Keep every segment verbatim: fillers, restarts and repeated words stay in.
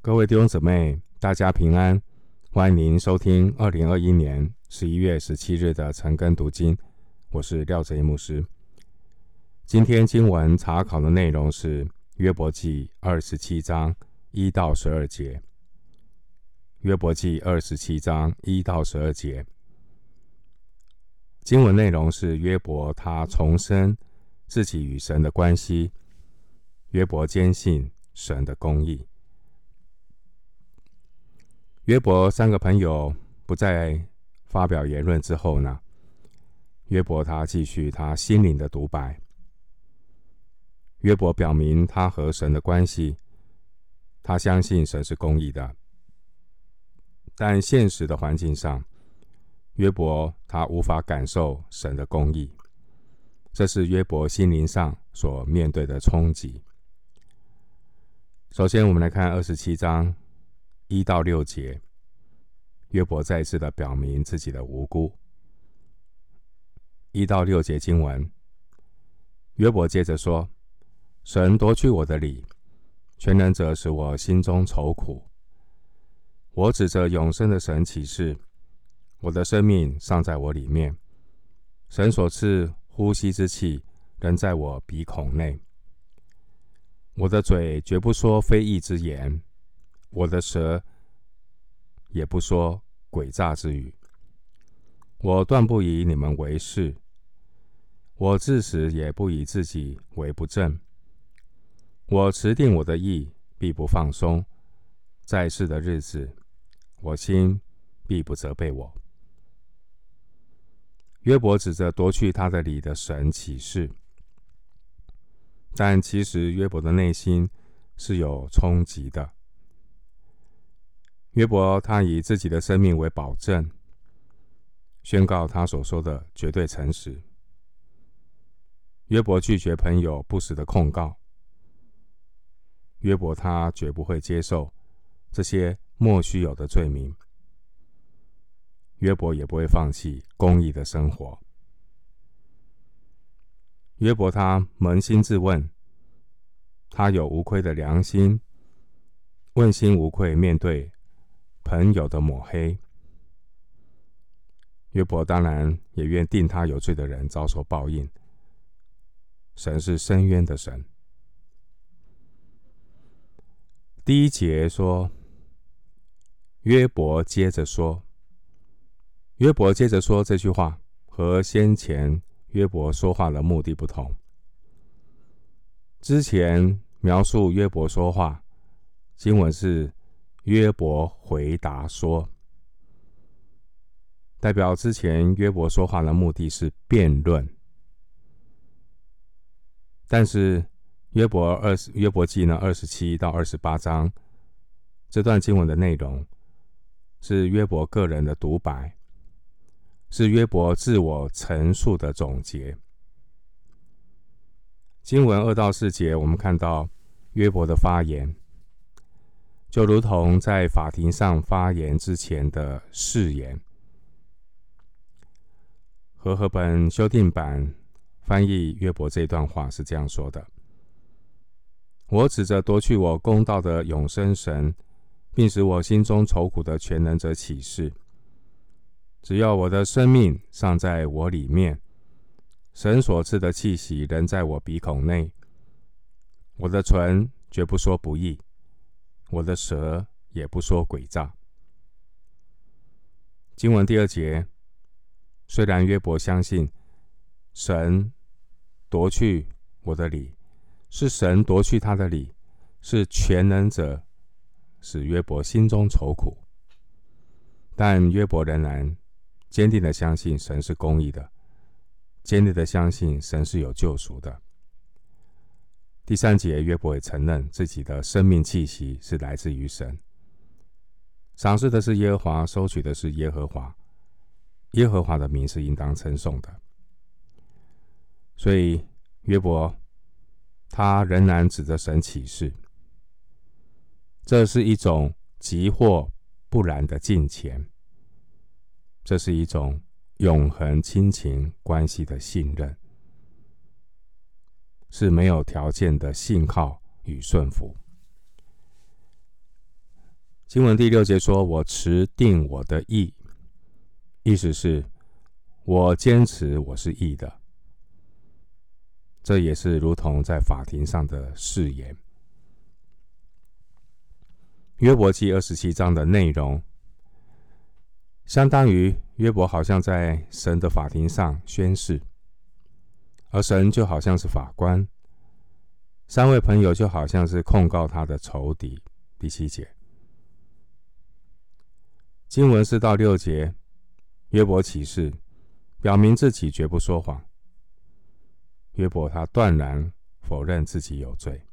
各位弟兄姊妹，大家平安，欢迎您收听二零二一年十一月十七日的晨更读经，我是廖哲一牧师。今天经文查考的内容是约伯记二十七章一到十二节。约伯记二十七章一到十二节，经文内容是约伯他重申自己与神的关系，约伯坚信神的公义。约伯三个朋友不再发表言论之后呢，约伯他继续他心灵的独白。约伯表明他和神的关系，他相信神是公义的，但现实的环境上，约伯他无法感受神的公义，这是约伯心灵上所面对的冲击。首先我们来看二十七章一到六节，约伯再次的表明自己的无辜。一到六节经文，约伯接着说：神夺去我的理，全能者使我心中愁苦。我指着永生的神起誓，我的生命尚在我里面，神所赐呼吸之气仍在我鼻孔内。我的嘴绝不说非义之言，我的舌也不说诡诈之语。我断不以你们为是，我至死也不以自己为不正。我持定我的意，必不放松，在世的日子，我心必不责备我。约伯指着夺去他的理的神起誓，但其实约伯的内心是有冲击的。约伯他以自己的生命为保证，宣告他所说的绝对诚实。约伯拒绝朋友不实的控告，约伯他绝不会接受这些莫须有的罪名，约伯也不会放弃公义的生活。约伯他扪心自问，他有无愧的良心，问心无愧面对朋友的抹黑。约伯当然也愿定他有罪的人遭受报应，神是深渊的神。第一节说，约伯接着说，约伯接着说这句话和先前约伯说话的目的不同。之前描述约伯说话，经文是约伯回答说，代表之前约伯说话的目的是辩论。但是约伯二十约伯记呢二十七到二十八章这段经文的内容是约伯个人的独白，是约伯自我陈述的总结。经文二到四节，我们看到约伯的发言，就如同在法庭上发言之前的誓言。和合本修订版翻译约伯这段话是这样说的：我指着夺去我公道的永生神，并使我心中愁苦的全能者起誓，只要我的生命尚在我里面，神所赐的气息仍在我鼻孔内，我的唇绝不说不义，我的舌也不说诡诈。经文第二节，虽然约伯相信神夺去我的理，是神夺去他的理，是全能者使约伯心中愁苦，但约伯仍然坚定的相信神是公义的，坚定的相信神是有救赎的。第三节，约伯也承认自己的生命气息是来自于神，赏赐的是耶和华，收取的是耶和华，耶和华的名是应当称颂的。所以约伯他仍然指着神起誓，这是一种急或不然的敬虔，这是一种永恒亲情关系的信任，是没有条件的信靠与顺服。 经文第六节说：“我持定我的义”，意思是我坚持我是义的。这也是如同在法庭上的誓言。约伯记二十七章的内容，相当于约伯好像在神的法庭上宣誓，而神就好像是法官，三位朋友就好像是控告他的仇敌。第七节，经文四到六节，约伯起誓，表明自己绝不说谎。约伯他断然否认自己有罪。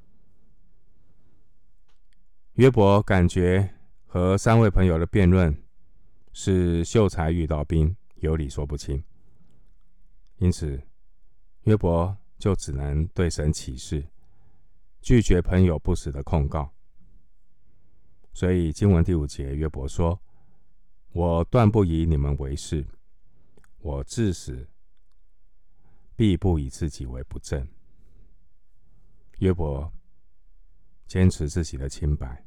约伯感觉和三位朋友的辩论是秀才遇到兵，有理说不清，因此约伯就只能对神起誓，拒绝朋友不实的控告。所以经文第五节，约伯说：“我断不以你们为是，我至死必不以自己为不正。”约伯坚持自己的清白，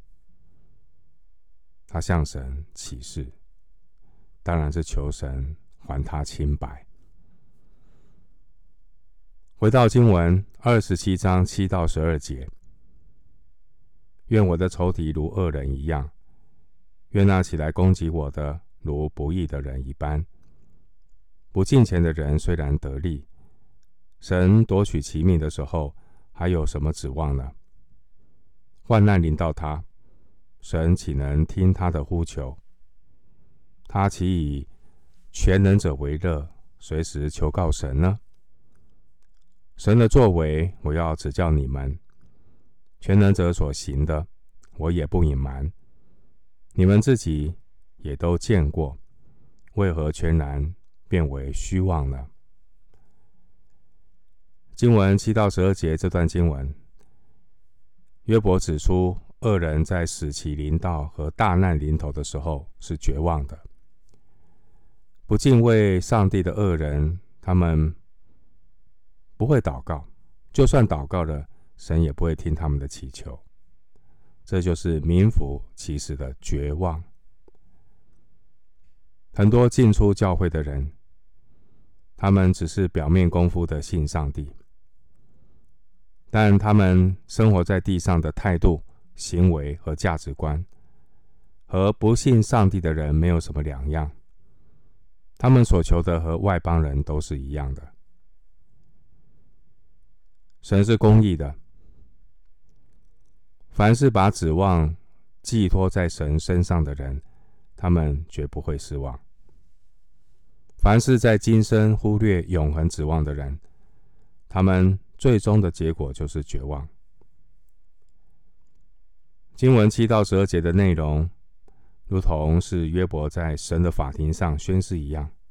他向神起誓，当然是求神还他清白。回到经文二十七章七到十二节，愿我的仇敌如恶人一样，愿那起来攻击我的如不义的人一般。不敬虔的人虽然得利，神夺取其命的时候，还有什么指望呢？患难临到他，神岂能听他的呼求？他岂以全能者为乐，随时求告神呢？神的作为，我要指教你们；全能者所行的，我也不隐瞒。你们自己也都见过，为何全然变为虚妄呢？经文七到十二节这段经文，约伯指出，恶人在死期临到和大难临头的时候是绝望的。不敬畏上帝的恶人，他们不会祷告，就算祷告了，神也不会听他们的祈求。这就是名副其实的绝望。很多进出教会的人，他们只是表面功夫的信上帝，但他们生活在地上的态度、行为和价值观，和不信上帝的人没有什么两样。他们所求的和外邦人都是一样的。神是公义的，凡是把指望寄托在神身上的人，他们绝不会失望。凡是在今生忽略永恒指望的人，他们最终的结果就是绝望。经文七到十二节的内容，如同是约伯在神的法庭上宣誓一样。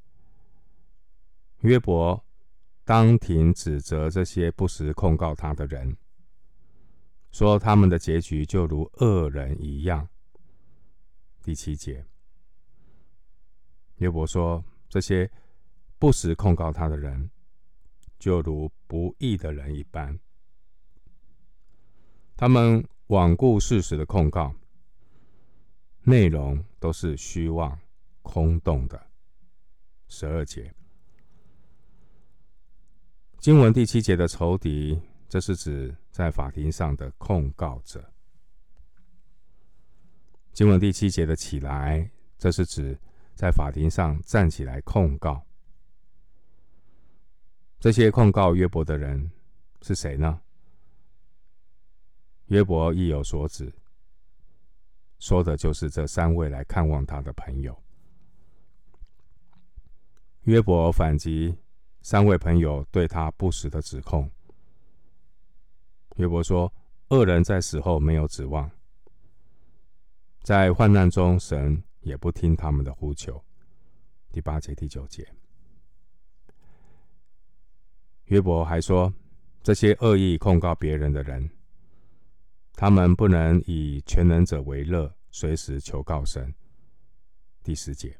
约伯当庭指责这些不实控告他的人，说他们的结局就如恶人一样。第七节，约伯说，这些不实控告他的人，就如不义的人一般。他们罔顾事实的控告，内容都是虚妄、空洞的。十二节，经文第七节的仇敌，这是指在法庭上的控告者。经文第七节的起来，这是指在法庭上站起来控告。这些控告约伯的人是谁呢？约伯意有所指，说的就是这三位来看望他的朋友。约伯反击三位朋友对他不实的指控。约伯说，恶人在死后没有指望，在患难中神也不听他们的呼求。第八节、第九节，约伯还说，这些恶意控告别人的人，他们不能以全能者为乐，随时求告神。第十节，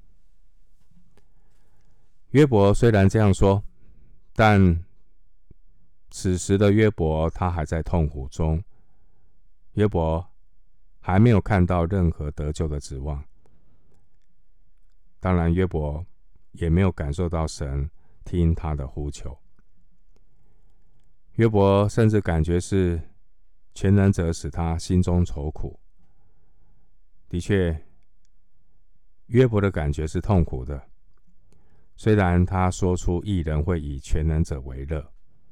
约伯虽然这样说，但此时的约伯他还在痛苦中。约伯还没有看到任何得救的指望。当然，约伯也没有感受到神听他的呼求。约伯甚至感觉是全能者使他心中愁苦。的确，约伯的感觉是痛苦的，虽然他说出义人会以全能者为乐。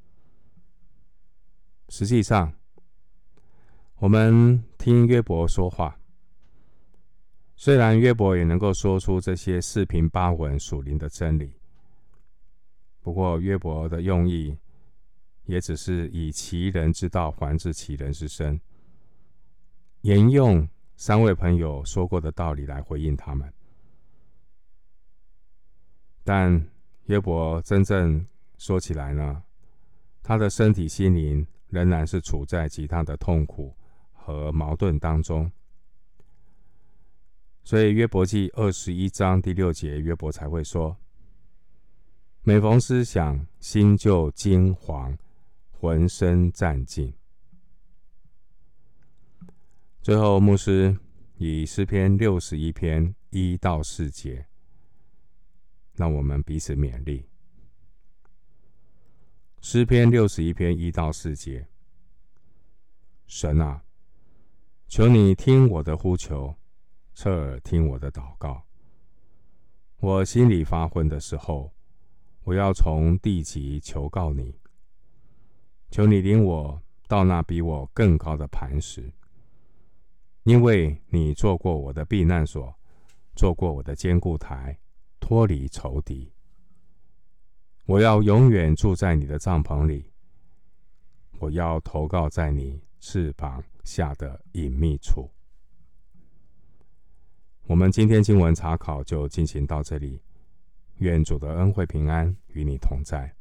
实际上，我们听约伯说话，虽然约伯也能够说出这些四平八稳属灵的真理，不过约伯的用意也只是以其人之道还治其人之身，沿用三位朋友说过的道理来回应他们。但约伯真正说起来呢，他的身体心灵仍然是处在极大的痛苦和矛盾当中。所以约伯记二十一章第六节，约伯才会说：每逢思想，心就惊惶，浑身战兢。最后，牧师以诗篇六十一篇一到四节，让我们彼此勉励。诗篇六十一篇一到四节：神啊，求你听我的呼求，侧耳听我的祷告。我心里发昏的时候，我要从地极求告你。求你领我到那比我更高的磐石，因为你做过我的避难所，做过我的坚固台，脱离仇敌。我要永远住在你的帐篷里，我要投靠在你翅膀下的隐秘处。我们今天经文查考就进行到这里，愿主的恩惠平安与你同在。